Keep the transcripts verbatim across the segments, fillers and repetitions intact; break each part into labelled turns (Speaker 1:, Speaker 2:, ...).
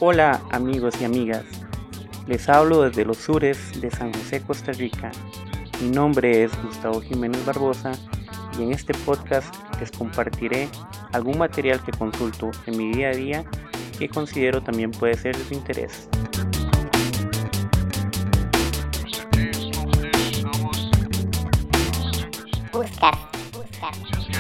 Speaker 1: Hola amigos y amigas, les hablo desde los sures de San José, Costa Rica. Mi nombre es Gustavo Jiménez Barbosa y en este podcast les compartiré algún material que consulto en mi día a día que considero también puede ser de su interés.
Speaker 2: Buscar, buscar.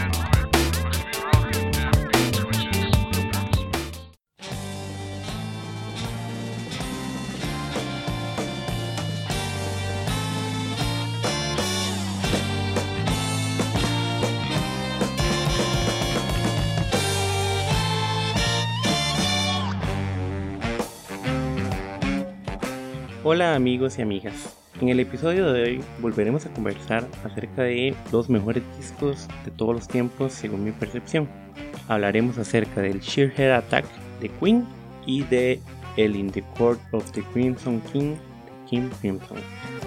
Speaker 1: Hola amigos y amigas, en el episodio de hoy volveremos a conversar acerca de los mejores discos de todos los tiempos según mi percepción. Hablaremos acerca del Sheer Head Attack de Queen y de el In the Court of the Crimson King de King Crimson.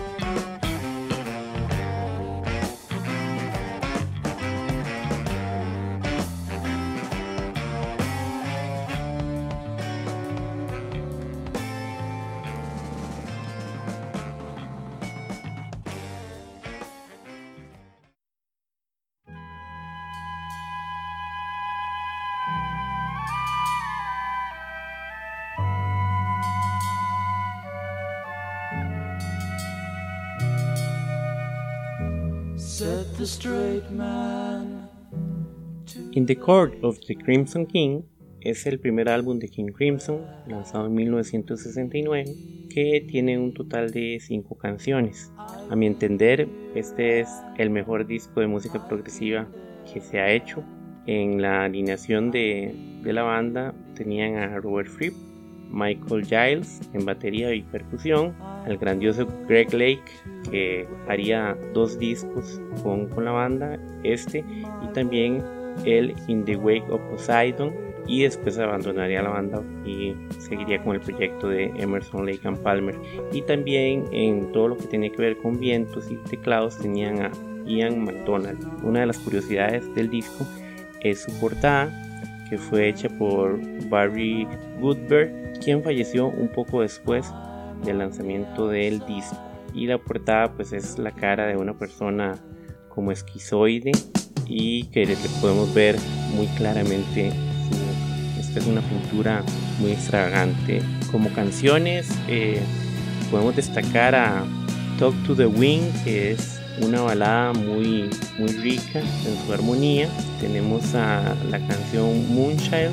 Speaker 1: In the Court of the Crimson King es el primer álbum de King Crimson, lanzado en mil novecientos sesenta y nueve, que tiene un total de cinco canciones. A mi entender, este es el mejor disco de música progresiva que se ha hecho. En la alineación de, de la banda tenían a Robert Fripp, Michael Giles en batería y percusión, al grandioso Greg Lake, que haría dos discos con, con la banda, este y también el In the Wake of Poseidon, y después abandonaría la banda y seguiría con el proyecto de Emerson, Lake and Palmer. Y también en todo lo que tenía que ver con vientos y teclados tenían a Ian MacDonald. Una de las curiosidades del disco es su portada, que fue hecha por Barry Goodberg, quien falleció un poco después del lanzamiento del disco. Y la portada pues es la cara de una persona como esquizoide y que le podemos ver muy claramente su, esta es una pintura muy extravagante. Como canciones eh, podemos destacar a Talk to the Wind, que es una balada muy, muy rica en su armonía. Tenemos a la canción Moonchild,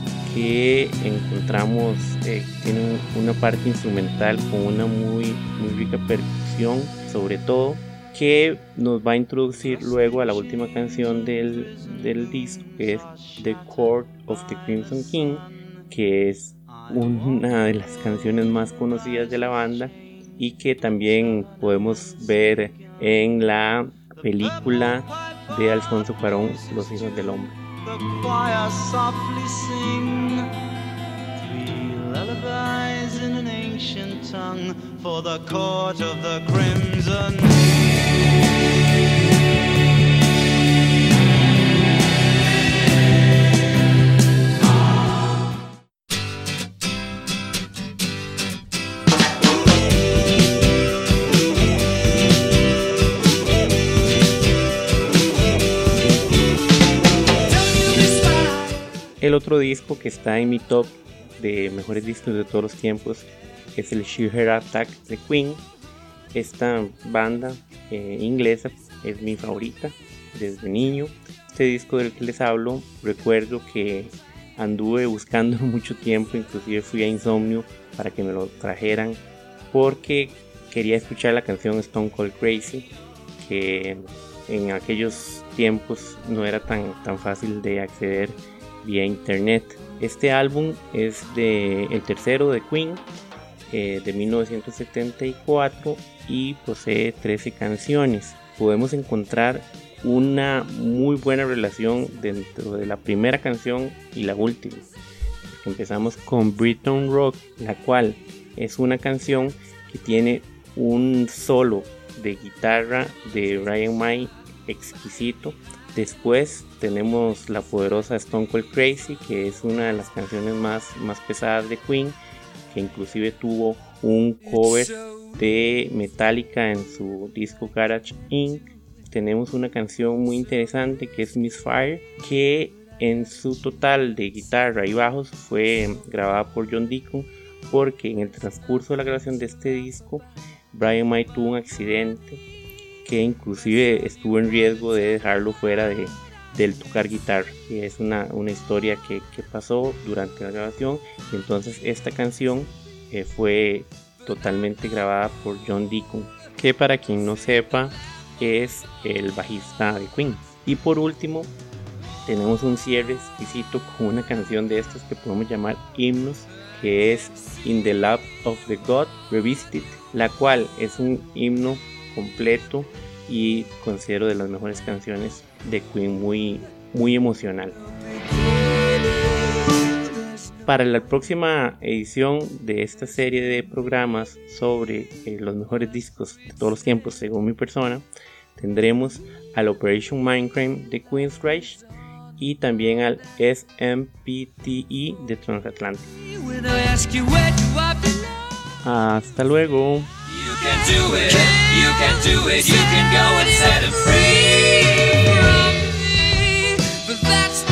Speaker 1: que encontramos eh, tiene una parte instrumental con una muy, muy rica percusión, sobre todo, que nos va a introducir luego a la última canción del, del disco, que es The Court of the Crimson King, que es una de las canciones más conocidas de la banda y que también podemos ver en la película de Alfonso Cuarón, Los Hijos del Hombre.
Speaker 3: The choir softly sing three lullabies in an ancient tongue for the court of the crimson.
Speaker 1: El otro disco que está en mi top de mejores discos de todos los tiempos es el Sheer Head Attack de Queen. Esta banda eh, inglesa es mi favorita desde niño. Este disco del que les hablo, recuerdo que anduve buscando mucho tiempo, inclusive fui a Insomnio para que me lo trajeran porque quería escuchar la canción Stone Cold Crazy, que en aquellos tiempos no era tan, tan fácil de acceder vía internet. Este álbum es de, el tercero de Queen, eh, de mil novecientos setenta y cuatro, y posee trece canciones. Podemos encontrar una muy buena relación dentro de la primera canción y la última. Empezamos con Brighton Rock, la cual es una canción que tiene un solo de guitarra de Brian May exquisito. Después tenemos la poderosa Stone Cold Crazy, que es una de las canciones más, más pesadas de Queen, que inclusive tuvo un cover de Metallica en su disco Garage incorporated. Tenemos una canción muy interesante que es Miss Fire, que en su total de guitarra y bajos fue grabada por John Deacon, porque en el transcurso de la grabación de este disco Brian May tuvo un accidente que inclusive estuvo en riesgo de dejarlo fuera de, del tocar guitarra. Y es una, una historia que, que pasó durante la grabación, y entonces esta canción eh, fue totalmente grabada por John Deacon, que para quien no sepa es el bajista de Queen. Y por último tenemos un cierre exquisito con una canción de estas que podemos llamar himnos, que es In the Lap of the God Revisited, la cual es un himno completo y considero de las mejores canciones de Queen, muy, muy emocional. Para la próxima edición de esta serie de programas sobre eh, los mejores discos de todos los tiempos según mi persona, tendremos al Operation Mindcrime de Queensrÿche y también al S M P T E de Transatlantic. Hasta luego.
Speaker 4: You can do it, you can do it, you can go and set it free. But that's